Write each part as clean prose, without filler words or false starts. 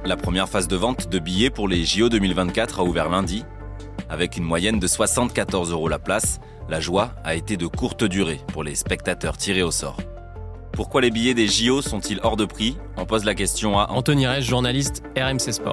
La première phase de vente de billets pour les JO 2024 a ouvert lundi. Avec une moyenne de 74 € la place, la joie a été de courte durée pour les spectateurs tirés au sort. Pourquoi les billets des JO sont-ils hors de prix ? On pose la question à Anthony Rech, journaliste RMC Sport.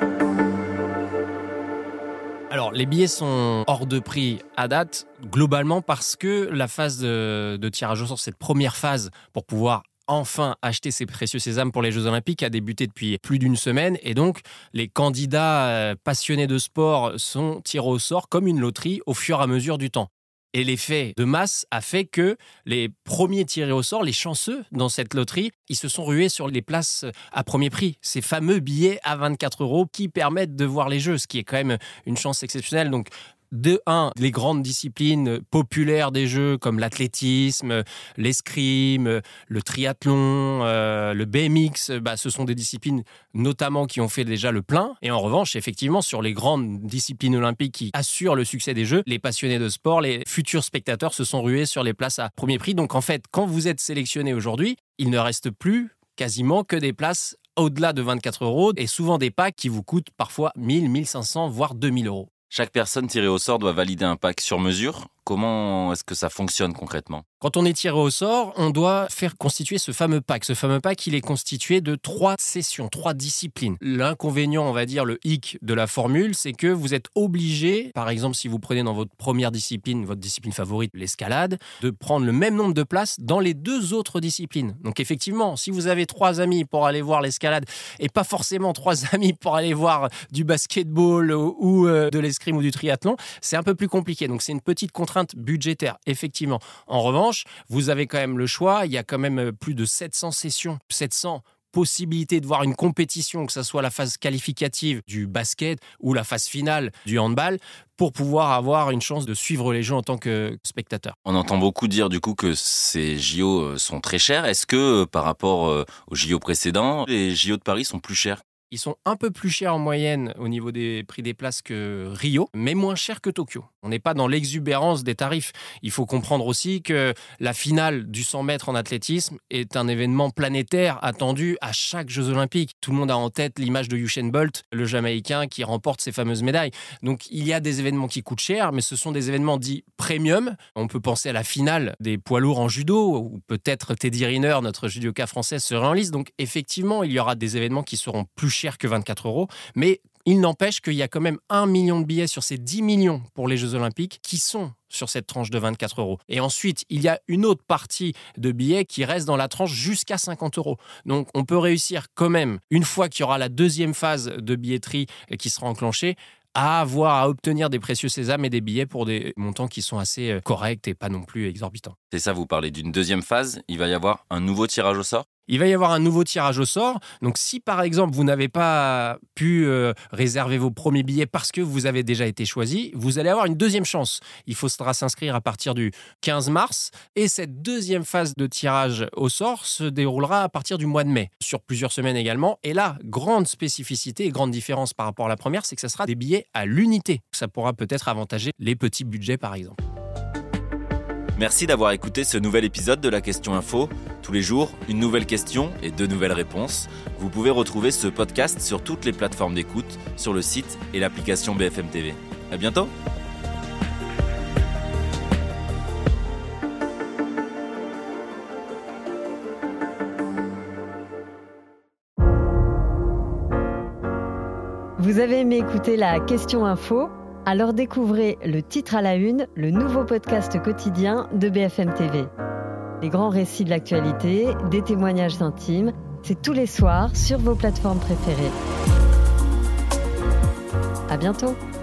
Alors, les billets sont hors de prix à date, globalement parce que la phase de tirage au sort, cette première phase pour pouvoir enfin acheter ces précieux sésames pour les Jeux Olympiques a débuté depuis plus d'une semaine et donc les candidats passionnés de sport sont tirés au sort comme une loterie au fur et à mesure du temps. Et l'effet de masse a fait que les premiers tirés au sort, les chanceux dans cette loterie, ils se sont rués sur les places à premier prix. Ces fameux billets à 24 € qui permettent de voir les Jeux, ce qui est quand même une chance exceptionnelle. Donc, de un, les grandes disciplines populaires des Jeux comme l'athlétisme, l'escrime, le triathlon, le BMX, ce sont des disciplines notamment qui ont fait déjà le plein. Et en revanche, effectivement, sur les grandes disciplines olympiques qui assurent le succès des Jeux, les passionnés de sport, les futurs spectateurs se sont rués sur les places à premier prix. Donc en fait, quand vous êtes sélectionné aujourd'hui, il ne reste plus quasiment que des places au-delà de 24 € et souvent des packs qui vous coûtent parfois 1000, 1500, voire 2000 €. Chaque personne tirée au sort doit valider un pack sur mesure. Comment est-ce que ça fonctionne concrètement ? Quand on est tiré au sort, on doit faire constituer ce fameux pack. Ce fameux pack, il est constitué de 3 sessions, 3 disciplines. L'inconvénient, on va dire, le hic de la formule, c'est que vous êtes obligé, par exemple, si vous prenez dans votre première discipline, votre discipline favorite, l'escalade, de prendre le même nombre de places dans les 2 autres disciplines. Donc effectivement, si vous avez 3 amis pour aller voir l'escalade et pas forcément 3 amis pour aller voir du basketball ou de l'escrime ou du triathlon, c'est un peu plus compliqué. Donc c'est une petite contrainte budgétaire, effectivement. En revanche, vous avez quand même le choix. Il y a quand même plus de 700 sessions, 700 possibilités de voir une compétition, que ce soit la phase qualificative du basket ou la phase finale du handball, pour pouvoir avoir une chance de suivre les Jeux en tant que spectateur. On entend beaucoup dire du coup que ces JO sont très chers. Est-ce que par rapport aux JO précédents, les JO de Paris sont plus chers ? Ils sont un peu plus chers en moyenne au niveau des prix des places que Rio, mais moins chers que Tokyo. On n'est pas dans l'exubérance des tarifs. Il faut comprendre aussi que la finale du 100 mètres en athlétisme est un événement planétaire attendu à chaque Jeux Olympiques. Tout le monde a en tête l'image de Usain Bolt, le Jamaïcain qui remporte ces fameuses médailles. Donc il y a des événements qui coûtent cher, mais ce sont des événements dits premium. On peut penser à la finale des poids lourds en judo, où peut-être Teddy Riner, notre judoka français, serait en lice. Donc effectivement, il y aura des événements qui seront plus chers que 24 €, mais il n'empêche qu'il y a quand même 1 million de billets sur ces 10 millions pour les Jeux Olympiques qui sont sur cette tranche de 24 €. Et ensuite, il y a une autre partie de billets qui reste dans la tranche jusqu'à 50 €. Donc, on peut réussir quand même, une fois qu'il y aura la deuxième phase de billetterie qui sera enclenchée, à obtenir des précieux sésames et des billets pour des montants qui sont assez corrects et pas non plus exorbitants. C'est ça, vous parlez d'une deuxième phase. Il va y avoir un nouveau tirage au sort ? Il va y avoir un nouveau tirage au sort. Donc, si par exemple, vous n'avez pas pu réserver vos premiers billets parce que vous avez déjà été choisi, vous allez avoir une deuxième chance. Il faudra s'inscrire à partir du 15 mars. Et cette deuxième phase de tirage au sort se déroulera à partir du mois de mai, sur plusieurs semaines également. Et là, grande spécificité et grande différence par rapport à la première, c'est que ça sera des billets à l'unité. Ça pourra peut-être avantager les petits budgets, par exemple. Merci d'avoir écouté ce nouvel épisode de la Question Info. Tous les jours, une nouvelle question et 2 nouvelles réponses. Vous pouvez retrouver ce podcast sur toutes les plateformes d'écoute, sur le site et l'application BFM TV. À bientôt. Vous avez aimé écouter la Question Info ? Alors découvrez Le Titre à la Une, le nouveau podcast quotidien de BFM TV. Les grands récits de l'actualité, des témoignages intimes, c'est tous les soirs sur vos plateformes préférées. À bientôt.